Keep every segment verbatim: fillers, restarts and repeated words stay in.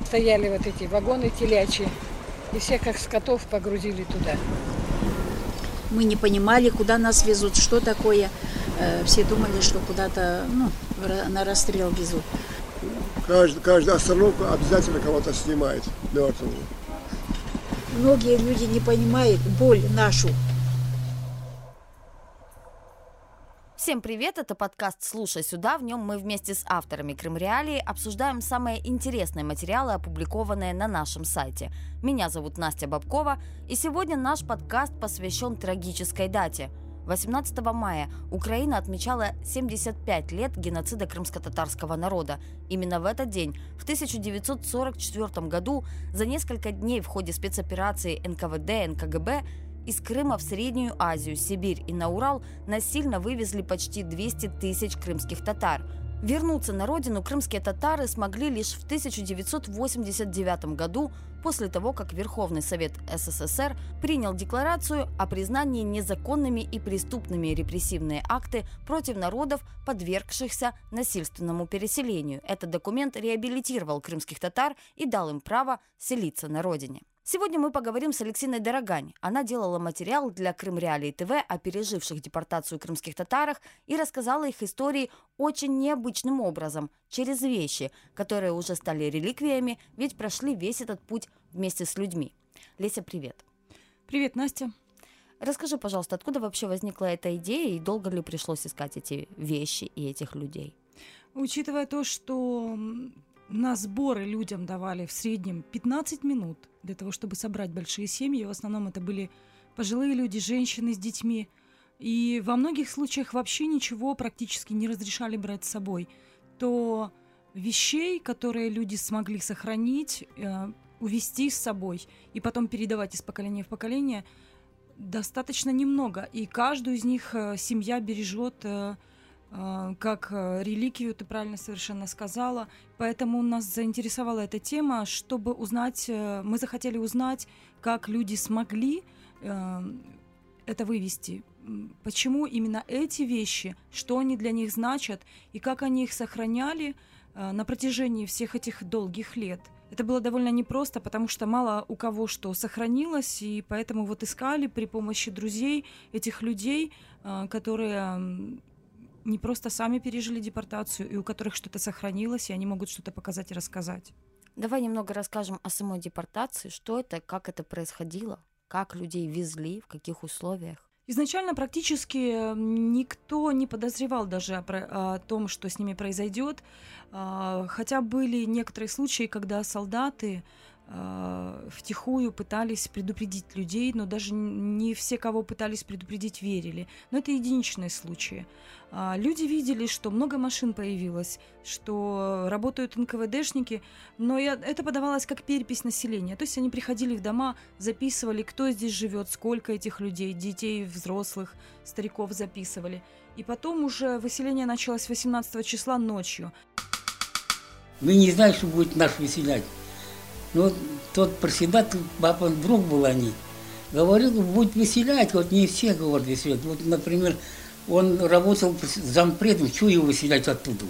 стояли вот эти вагоны телячьи, и всех как скотов погрузили туда. Мы не понимали, куда нас везут, что такое. Все думали, что куда-то, ну, на расстрел везут. Каждый, каждая остановка обязательно кого-то снимает мертвого. Многие люди не понимают боль нашу. Всем привет, это подкаст «Слушай сюда». В нем мы вместе с авторами Крымреалии обсуждаем самые интересные материалы, опубликованные на нашем сайте. Меня зовут Настя Бабкова, и сегодня наш подкаст посвящен трагической дате. восемнадцатого мая Украина отмечала семьдесят пять лет геноцида крымско-татарского народа. Именно в этот день, в тысяча девятьсот сорок четвёртом году, за несколько дней в ходе спецоперации эн ка вэ дэ эн ка гэ бэ из Крыма в Среднюю Азию, Сибирь и на Урал насильно вывезли почти двести тысяч крымских татар. Вернуться на родину крымские татары смогли лишь в тысяча девятьсот восемьдесят девятом году, после того, как Верховный Совет эс эс эс эр принял декларацию о признании незаконными и преступными репрессивные акты против народов, подвергшихся насильственному переселению. Этот документ реабилитировал крымских татар и дал им право селиться на родине. Сегодня мы поговорим с Алексиной Дорогань. Она делала материал для Крымреалии ТВ о переживших депортацию крымских татарах и рассказала их истории очень необычным образом, через вещи, которые уже стали реликвиями, ведь прошли весь этот путь вместе с людьми. Леся, привет. Привет, Настя. Расскажи, пожалуйста, откуда вообще возникла эта идея и долго ли пришлось искать эти вещи и этих людей? Учитывая то, что на сборы людям давали в среднем пятнадцать минут для того, чтобы собрать большие семьи. В основном это были пожилые люди, женщины с детьми. И во многих случаях вообще ничего практически не разрешали брать с собой. То вещей, которые люди смогли сохранить, э, увезти с собой и потом передавать из поколения в поколение, достаточно немного. И каждую из них э, семья бережет э, как реликвию, ты правильно совершенно сказала. Поэтому нас заинтересовала эта тема, чтобы узнать, мы захотели узнать, как люди смогли это вывести, почему именно эти вещи, что они для них значат и как они их сохраняли на протяжении всех этих долгих лет. Это было довольно непросто, потому что мало у кого что сохранилось, и поэтому вот искали при помощи друзей этих людей, которые не просто сами пережили депортацию, и у которых что-то сохранилось, и они могут что-то показать и рассказать. Давай немного расскажем о самой депортации, что это, как это происходило, как людей везли, в каких условиях. Изначально практически никто не подозревал даже о, о том, что с ними произойдет, хотя были некоторые случаи, когда солдаты втихую пытались предупредить людей, но даже не все, кого пытались предупредить, верили. Но это единичные случаи. Люди видели, что много машин появилось, что работают эн ка вэ дэшники, но это подавалось как перепись населения. То есть они приходили в дома, записывали, кто здесь живет, сколько этих людей, детей, взрослых, стариков записывали. И потом уже выселение началось восемнадцатого числа ночью. Мы не знаем, что будет нас выселять. Ну, тот председатель, папа, друг был они, говорил, будет выселять, вот не все, говорят, выселять. Вот, например, он работал зампредом, что его выселять оттуда?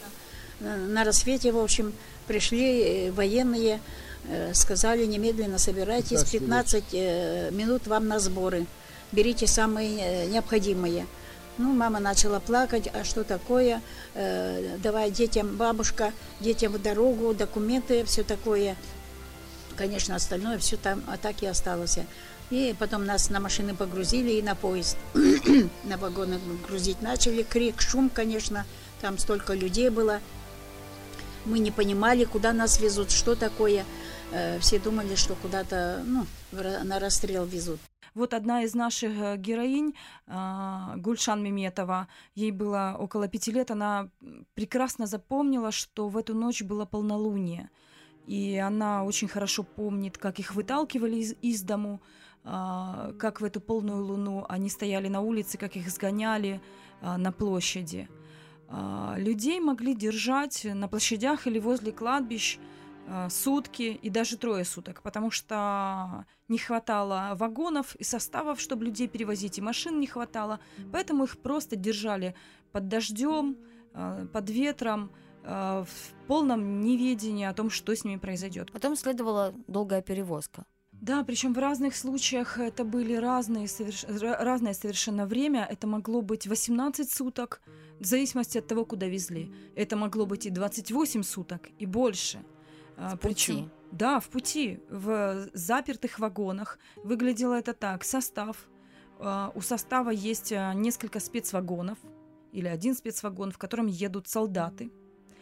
На рассвете, в общем, пришли военные, сказали, немедленно собирайтесь, пятнадцать минут вам на сборы, берите самые необходимые. Ну, мама начала плакать, а что такое, давай детям, бабушка, детям в дорогу, документы, все такое. Конечно, остальное все там, а так и осталось. И потом нас на машины погрузили и на поезд. На вагоны грузить начали. Крик, шум, конечно, там столько людей было. Мы не понимали, куда нас везут, что такое. Все думали, что куда-то, ну, на расстрел везут. Вот одна из наших героинь, Гульшан Меметова, ей было около пяти лет, она прекрасно запомнила, что в эту ночь было полнолуние. И она очень хорошо помнит, как их выталкивали из, из дому, а, как в эту полную луну они стояли на улице, как их сгоняли а, на площади. А, людей могли держать на площадях или возле кладбищ а, сутки и даже трое суток, потому что не хватало вагонов и составов, чтобы людей перевозить, и машин не хватало. Поэтому их просто держали под дождем, а, под ветром, в полном неведении о том, что с ними произойдет. Потом следовала долгая перевозка. Да, причем в разных случаях это были разные, соверш... разное совершенно время. Это могло быть восемнадцать суток, в зависимости от того, куда везли. Это могло быть и двадцать восемь суток, и больше. В Причем, пути. Да, в пути, в запертых вагонах. Выглядело это так. Состав. У состава есть несколько спецвагонов, или один спецвагон, в котором едут солдаты.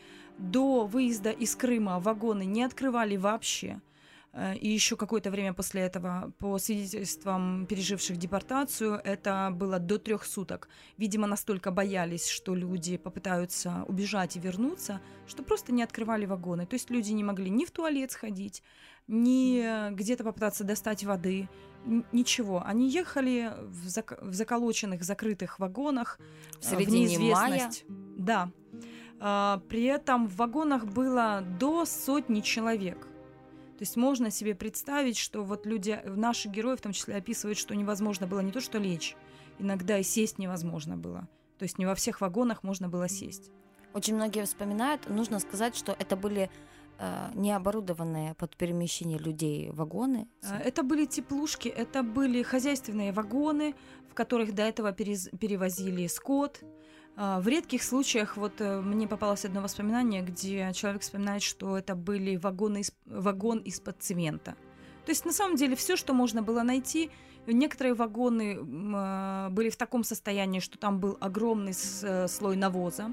До выезда из Крыма вагоны не открывали вообще. И еще какое-то время после этого, по свидетельствам переживших депортацию, это было до трех суток. Видимо, настолько боялись, что люди попытаются убежать и вернуться, что просто не открывали вагоны. То есть люди не могли ни в туалет сходить, ни где-то попытаться достать воды, ничего. Они ехали в, зак- в заколоченных, закрытых вагонах в середине в неизвестность. Мая. Да. А, при этом в вагонах было до сотни человек. То есть можно себе представить, что вот люди, наши герои в том числе описывают, что невозможно было не то что лечь, иногда и сесть невозможно было. То есть не во всех вагонах можно было сесть. Очень многие вспоминают, нужно сказать, что это были э, не оборудованные под перемещение людей вагоны. Это были теплушки, это были хозяйственные вагоны, в которых до этого перез, перевозили скот. В редких случаях, вот мне попалось одно воспоминание, где человек вспоминает, что это были вагоны из, вагон из-под цемента. То есть, на самом деле, все, что можно было найти. Некоторые вагоны э, были в таком состоянии, что там был огромный с, слой навоза.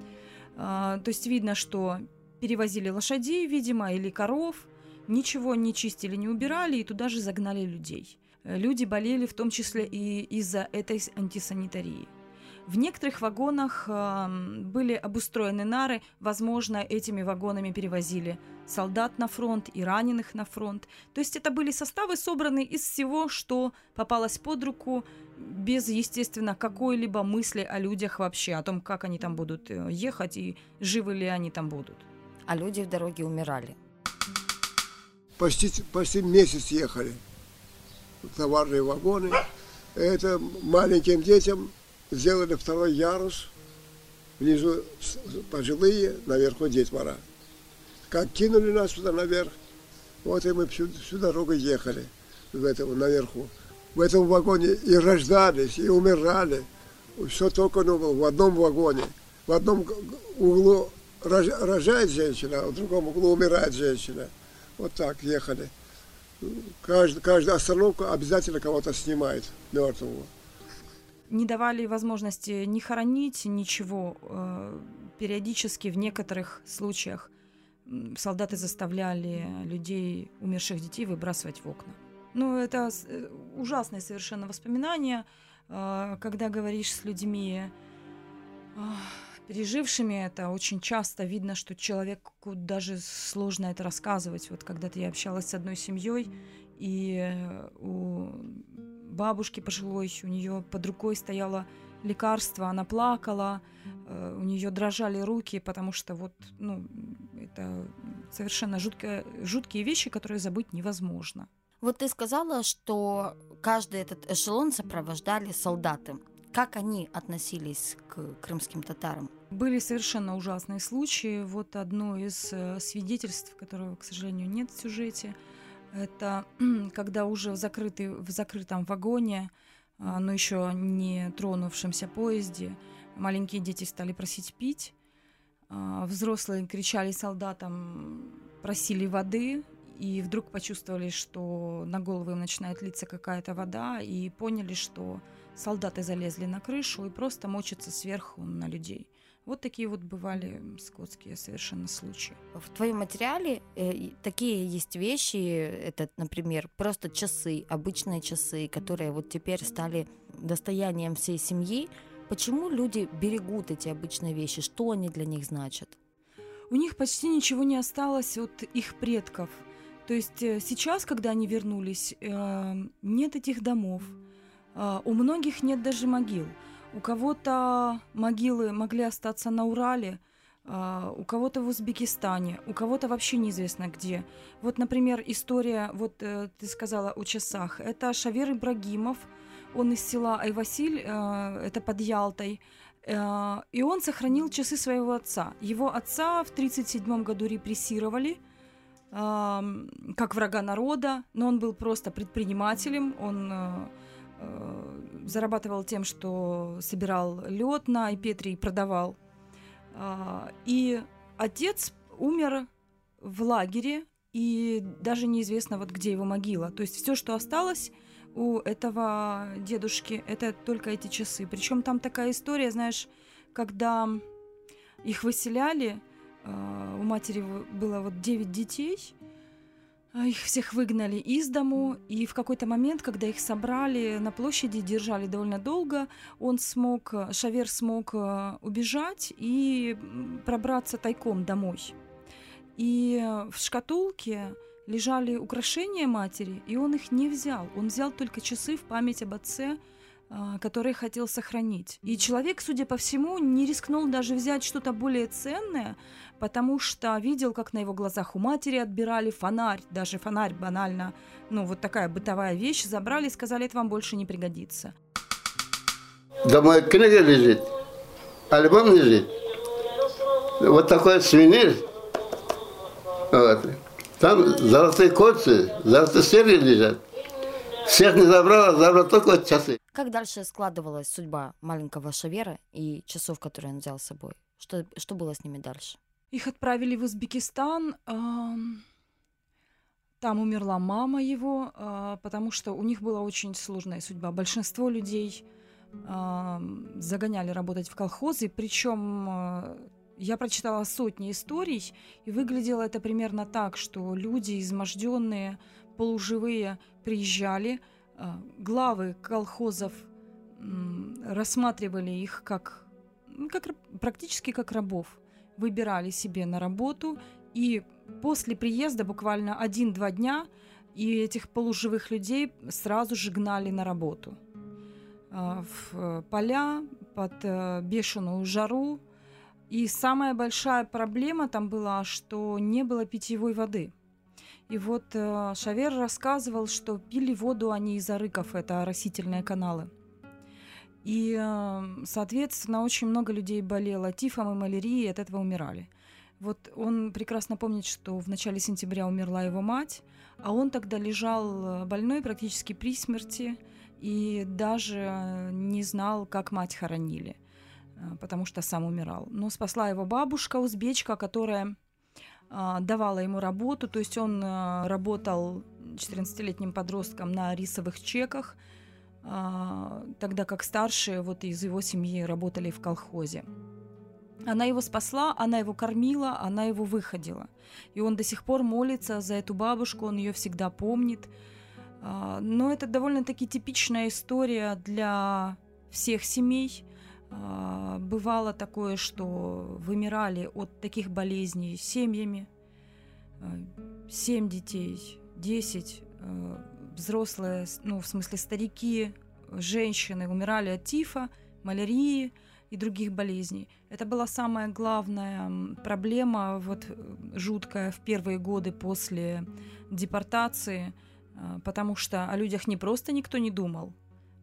Э, то есть, видно, что перевозили лошадей, видимо, или коров, ничего не чистили, не убирали, и туда же загнали людей. Люди болели в том числе и из-за этой антисанитарии. В некоторых вагонах э, были обустроены нары, возможно, этими вагонами перевозили солдат на фронт и раненых на фронт. То есть это были составы, собранные из всего, что попалось под руку, без, естественно, какой-либо мысли о людях вообще, о том, как они там будут ехать и живы ли они там будут. А люди в дороге умирали. Почти, почти месяц ехали. Товарные вагоны. Это маленьким детям сделали второй ярус, внизу пожилые, наверху детвора. Как кинули нас сюда наверх, вот и мы всю, всю дорогу ехали в этом, наверху. В этом вагоне и рождались, и умирали. Все только ну, в одном вагоне. В одном углу рожает женщина, а в другом углу умирает женщина. Вот так ехали. Каждый, каждую остановку обязательно кого-то снимает мертвого. Не давали возможности ни хоронить, ничего. Периодически в некоторых случаях солдаты заставляли людей, умерших детей, выбрасывать в окна. Ну, это ужасные совершенно воспоминания, когда говоришь с людьми, пережившими это. Очень часто видно, что человеку даже сложно это рассказывать. Вот когда-то я общалась с одной семьей, и у бабушки пожилой, у нее под рукой стояло лекарство, она плакала, у нее дрожали руки, потому что вот, ну, это совершенно жуткие, жуткие вещи, которые забыть невозможно. Вот ты сказала, что каждый этот эшелон сопровождали солдаты. Как они относились к крымским татарам? Были совершенно ужасные случаи. Вот одно из свидетельств, которого, к сожалению, нет в сюжете, это когда уже в, закрытый, в закрытом вагоне, но еще не тронувшемся поезде, маленькие дети стали просить пить. Взрослые кричали солдатам, просили воды, и вдруг почувствовали, что на голову им начинает литься какая-то вода, и поняли, что солдаты залезли на крышу и просто мочатся сверху на людей. Вот такие вот бывали скотские совершенно случаи. В твоем материале э, такие есть вещи, это, например, просто часы, обычные часы, которые вот теперь стали достоянием всей семьи. Почему люди берегут эти обычные вещи? Что они для них значат? У них почти ничего не осталось от их предков. То есть сейчас, когда они вернулись, э, нет этих домов. Э, у многих нет даже могил. У кого-то могилы могли остаться на Урале, у кого-то в Узбекистане, у кого-то вообще неизвестно где. Вот, например, история, вот ты сказала о часах, это Шавер Ибрагимов, он из села Айвасиль, это под Ялтой, Э, И он сохранил часы своего отца. Его отца в тридцать седьмом году репрессировали э, как врага народа, но он был просто предпринимателем. Он э, э, зарабатывал тем, что собирал лед на Ипетре и продавал. Э, И отец умер в лагере, и даже неизвестно, вот где его могила. То есть все, что осталось у этого дедушки, это только эти часы. Причем там такая история, знаешь, когда их выселяли, у матери было вот девять детей, их всех выгнали из дому, и в какой-то момент, когда их собрали на площади, держали довольно долго, он смог, Шавер смог убежать и пробраться тайком домой. И в шкатулке лежали украшения матери, и он их не взял. Он взял только часы в память об отце, которые хотел сохранить. И человек, судя по всему, не рискнул даже взять что-то более ценное, потому что видел, как на его глазах у матери отбирали фонарь, даже фонарь банально, ну вот такая бытовая вещь, забрали и сказали, это вам больше не пригодится. Дома книга лежит, альбом лежит, вот такой сувенир. Вот. Там золотые кольца, золотые серьги лежат. Всех не забрала, забрала только вот часы. Как дальше складывалась судьба маленького Шавера и часов, которые он взял с собой? Что, что было с ними дальше? Их отправили в Узбекистан. Там умерла мама его, потому что у них была очень сложная судьба. Большинство людей загоняли работать в колхозы, причем я прочитала сотни историй, и выглядело это примерно так, что люди, изможденные, полуживые, приезжали, главы колхозов рассматривали их как, как практически как рабов, выбирали себе на работу, и после приезда буквально один-два дня и этих полуживых людей сразу же гнали на работу в поля под бешеную жару. И самая большая проблема там была, что не было питьевой воды. И вот э, Шавер рассказывал, что пили воду они из арыков, это оросительные каналы. И, э, соответственно, очень много людей болело тифом и малярией, и от этого умирали. Вот он прекрасно помнит, что в начале сентября умерла его мать, а он тогда лежал больной практически при смерти и даже не знал, как мать хоронили, потому что сам умирал. Но спасла его бабушка, узбечка, которая а, давала ему работу. То есть он а, работал четырнадцатилетним подростком на рисовых чеках, а, тогда как старшие вот из его семьи работали в колхозе. Она его спасла, она его кормила, она его выходила. И он до сих пор молится за эту бабушку, он ее всегда помнит. А, но это довольно-таки типичная история для всех семей. Бывало такое, что вымирали от таких болезней семьями. Семь детей, десять, взрослые, ну, в смысле старики, женщины умирали от тифа, малярии и других болезней. Это была самая главная проблема, вот, жуткая в первые годы после депортации, потому что о людях не просто никто не думал.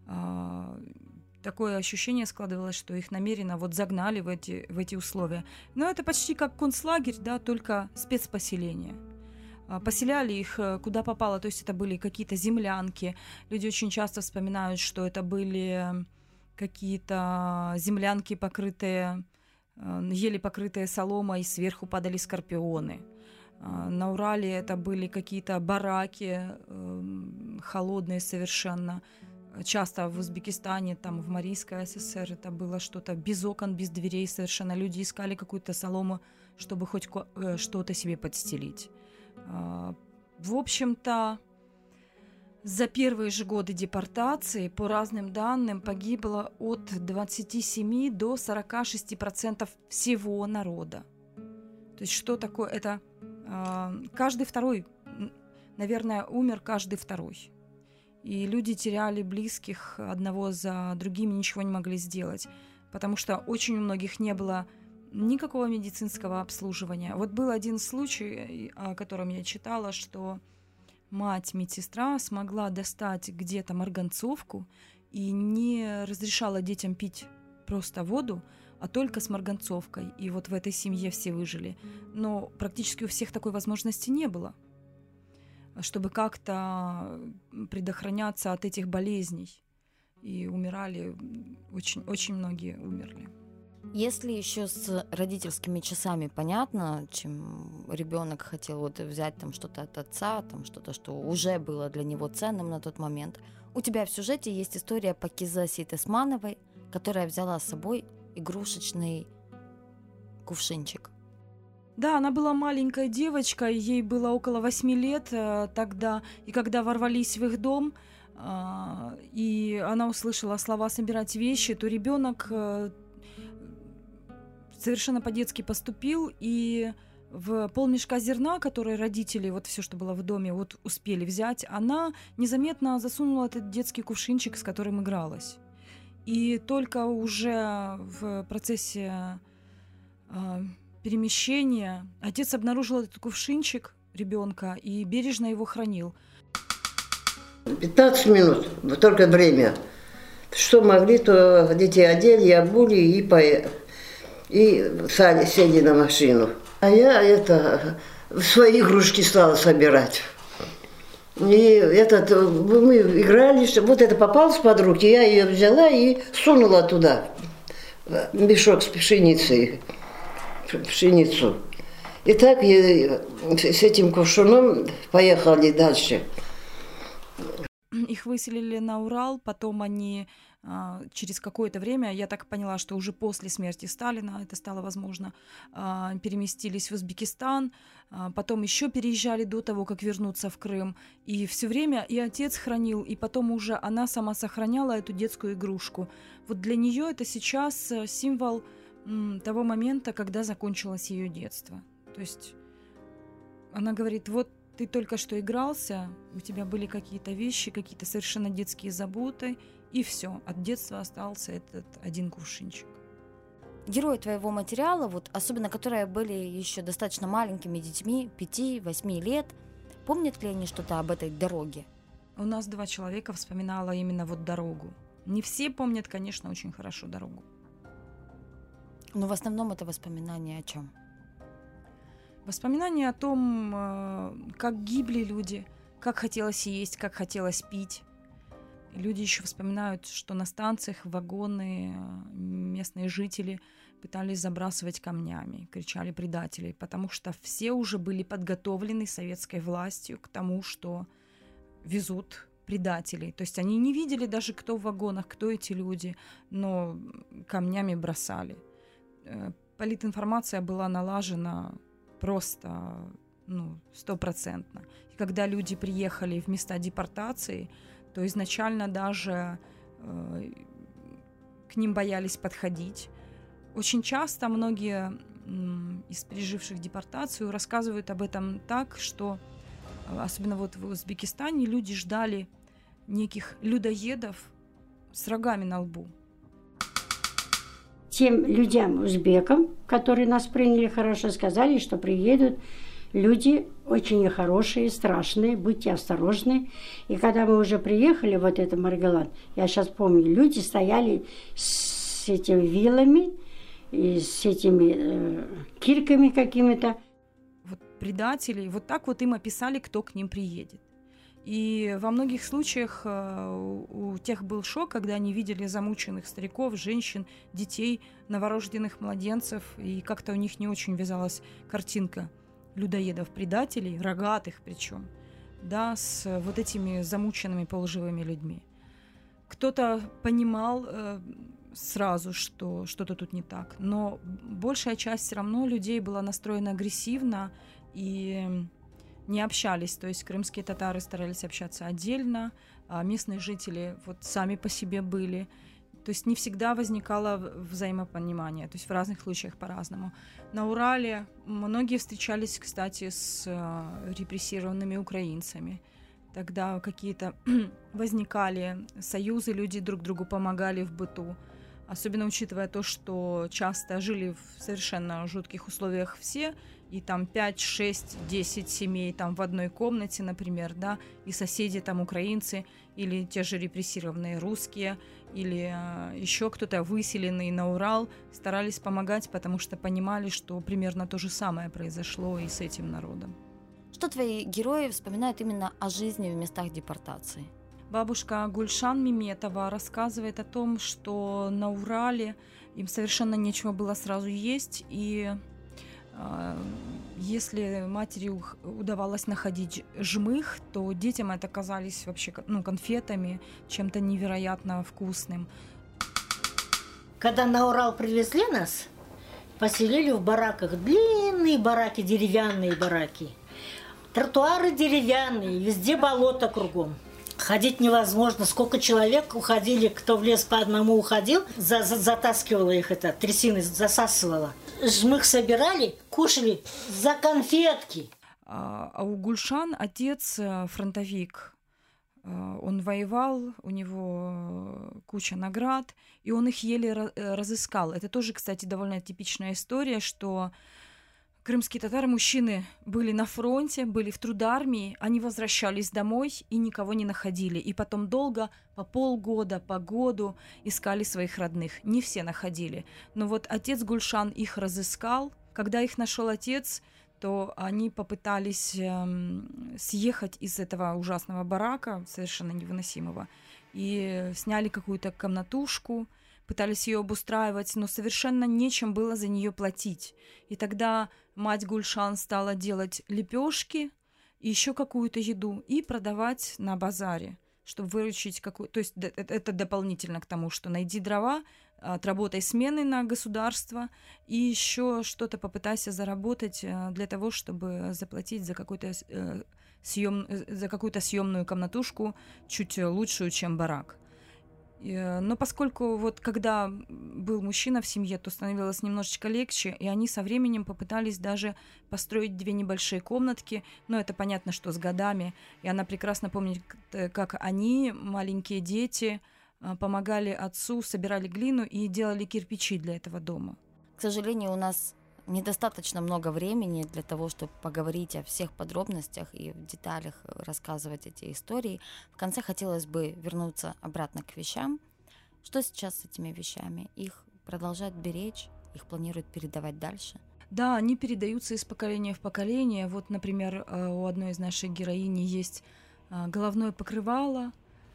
Такое ощущение складывалось, что их намеренно вот загнали в эти, в эти условия. Но это почти как концлагерь, да, только спецпоселение. Поселяли их куда попало, то есть это были какие-то землянки. Люди очень часто вспоминают, что это были какие-то землянки, покрытые, еле покрытые соломой, и сверху падали скорпионы. На Урале это были какие-то бараки, холодные совершенно. Часто в Узбекистане, там в Марийской ССР это было что-то без окон, без дверей совершенно. Люди искали какую-то солому, чтобы хоть что-то себе подстелить. В общем-то, за первые же годы депортации, по разным данным, погибло от двадцати семи до сорока шести процентов всего народа. То есть что такое? Это каждый второй, наверное, умер каждый второй. И люди теряли близких одного за другим, ничего не могли сделать, потому что очень у многих не было никакого медицинского обслуживания. Вот был один случай, о котором я читала, что мать-медсестра смогла достать где-то марганцовку и не разрешала детям пить просто воду, а только с марганцовкой. И вот в этой семье все выжили. Но практически у всех такой возможности не было, чтобы как-то предохраняться от этих болезней. И умирали, очень, очень многие умерли. Если еще с родительскими часами понятно, чем ребенок хотел вот взять там что-то от отца, там что-то, что уже было для него ценным на тот момент, у тебя в сюжете есть история Пакиза Сейтесмановой, которая взяла с собой игрушечный кувшинчик. Да, она была маленькой девочкой, ей было около восьми лет э, тогда, и когда ворвались в их дом, э, и она услышала слова «собирать вещи», то ребенок э, совершенно по-детски поступил, и в полмешка зерна, которые родители, вот все, что было в доме, вот успели взять, она незаметно засунула этот детский кувшинчик, с которым игралась. И только уже в процессе э, перемещения отец обнаружил этот кувшинчик ребенка и бережно его хранил. пятнадцать минут, только время. Что могли, то детей одели, обули и, по... и сели на машину. А я это свои игрушки стала собирать. И этот, мы играли, вот это попалось под руки, я ее взяла и сунула туда, мешок с пшеницей, пшеницу. И так я с этим кувшином поехали дальше. Их выселили на Урал, потом они через какое-то время, я так поняла, что уже после смерти Сталина это стало возможно, переместились в Узбекистан, потом еще переезжали до того, как вернуться в Крым. И все время и отец хранил, и потом уже она сама сохраняла эту детскую игрушку. Вот для нее это сейчас символ того момента, когда закончилось ее детство. То есть она говорит, вот ты только что игрался, у тебя были какие-то вещи, какие-то совершенно детские заботы, и все, от детства остался этот один кувшинчик. Герои твоего материала, вот, особенно которые были еще достаточно маленькими детьми, пяти-восьми лет, помнят ли они что-то об этой дороге? У нас два человека вспоминало именно вот дорогу. Не все помнят, конечно, очень хорошо дорогу. Но в основном это воспоминания о чем? Воспоминания о том, как гибли люди, как хотелось есть, как хотелось пить. Люди еще вспоминают, что на станциях вагоны местные жители пытались забрасывать камнями, кричали предатели, потому что все уже были подготовлены советской властью к тому, что везут предателей. То есть они не видели даже, кто в вагонах, кто эти люди, но камнями бросали. Политинформация была налажена просто ну, стопроцентно. И когда люди приехали в места депортации, то изначально даже э, к ним боялись подходить. Очень часто многие э, из переживших депортацию рассказывают об этом так, что, э, особенно вот в Узбекистане, люди ждали неких людоедов с рогами на лбу. Тем людям, узбекам, которые нас приняли хорошо, сказали, что приедут люди очень хорошие, страшные, будьте осторожны. И когда мы уже приехали, вот это Маргалан, я сейчас помню, люди стояли с этими вилами, и с этими э, кирками какими-то. Вот предатели, вот так вот им описали, кто к ним приедет. И во многих случаях э, у тех был шок, когда они видели замученных стариков, женщин, детей, новорожденных младенцев, и как-то у них не очень вязалась картинка людоедов-предателей, рогатых причем, да, с вот этими замученными полуживыми людьми. Кто-то понимал э, сразу, что что-то тут не так, но большая часть все равно людей была настроена агрессивно и не общались, то есть крымские татары старались общаться отдельно, а местные жители вот сами по себе были. То есть не всегда возникало взаимопонимание, то есть в разных случаях по-разному. На Урале многие встречались, кстати, с репрессированными украинцами. Тогда какие-то возникали союзы, люди друг другу помогали в быту. особенно учитывая то, что часто жили в совершенно жутких условиях все, и там пять, шесть, десять семей там в одной комнате, например, да, и соседи там украинцы, или те же репрессированные русские, или э, еще кто-то выселенный на Урал, старались помогать, потому что понимали, что примерно то же самое произошло и с этим народом. Что твои герои вспоминают именно о жизни в местах депортации? Бабушка Гульшан Меметова рассказывает о том, что на Урале им совершенно нечего было сразу есть, и э, если матери удавалось находить жмых, то детям это казались вообще ну, конфетами, чем-то невероятно вкусным. Когда на Урал привезли нас, поселили в бараках, длинные бараки, деревянные бараки. Тротуары деревянные, везде болото кругом. Ходить невозможно. Сколько человек уходили, кто в лес по одному уходил, за, за, затаскивала их это, трясины засасывала. Жмых собирали, кушали за конфетки. А, а у Гульшан отец фронтовик. Он воевал, у него куча наград, и он их еле разыскал. Это тоже, кстати, довольно типичная история, что крымские татары, мужчины были на фронте, были в трудармии, они возвращались домой и никого не находили. И потом долго, по полгода, по году искали своих родных. Не все находили. Но вот отец Гульшан их разыскал. Когда их нашел отец, то они попытались эм, съехать из этого ужасного барака, совершенно невыносимого, и сняли какую-то комнатушку, пытались ее обустраивать, но совершенно нечем было за нее платить. И тогда мать Гульшан стала делать лепешки и еще какую-то еду и продавать на базаре, чтобы выручить какую-то... То есть это дополнительно к тому, что найди дрова, отработай смены на государство и еще что-то попытайся заработать для того, чтобы заплатить за какой-то съем... за какую-то съемную комнатушку чуть лучшую, чем барак. Но поскольку вот когда был мужчина в семье, то становилось немножечко легче, и они со временем попытались даже построить две небольшие комнатки, но это понятно, что с годами, и она прекрасно помнит, как они, маленькие дети, помогали отцу, собирали глину и делали кирпичи для этого дома. К сожалению, у нас недостаточно много времени для того, чтобы поговорить о всех подробностях и в деталях рассказывать эти истории. В конце хотелось бы вернуться обратно к вещам. Что сейчас с этими вещами? Их продолжают беречь? Их планируют передавать дальше? Да, они передаются из поколения в поколение. Вот, например, у одной из наших героинь есть головное покрывало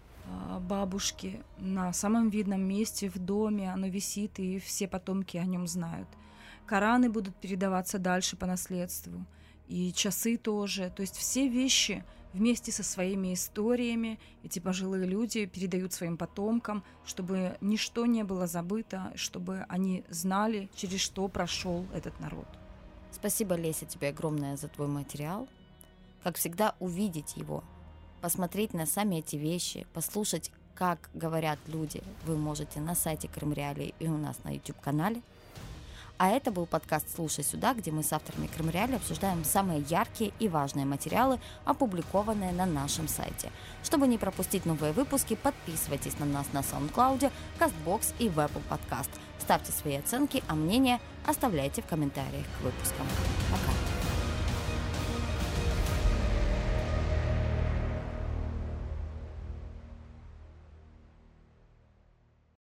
бабушки на самом видном месте в доме. Оно висит, и все потомки о нем знают. Кораны будут передаваться дальше по наследству, и часы тоже. То есть все вещи вместе со своими историями эти пожилые люди передают своим потомкам, чтобы ничто не было забыто, чтобы они знали, через что прошел этот народ. Спасибо, Леся, тебе огромное за твой материал. Как всегда, увидеть его, посмотреть на сами эти вещи, послушать, как говорят люди, вы можете на сайте Крым Реалии и у нас на YouTube-канале. А это был подкаст «Слушай сюда», где мы с авторами Крым Реалии обсуждаем самые яркие и важные материалы, опубликованные на нашем сайте. Чтобы не пропустить новые выпуски, подписывайтесь на нас на SoundCloud, CastBox и в Apple Podcast. Ставьте свои оценки, а мнения оставляйте в комментариях к выпускам. Пока!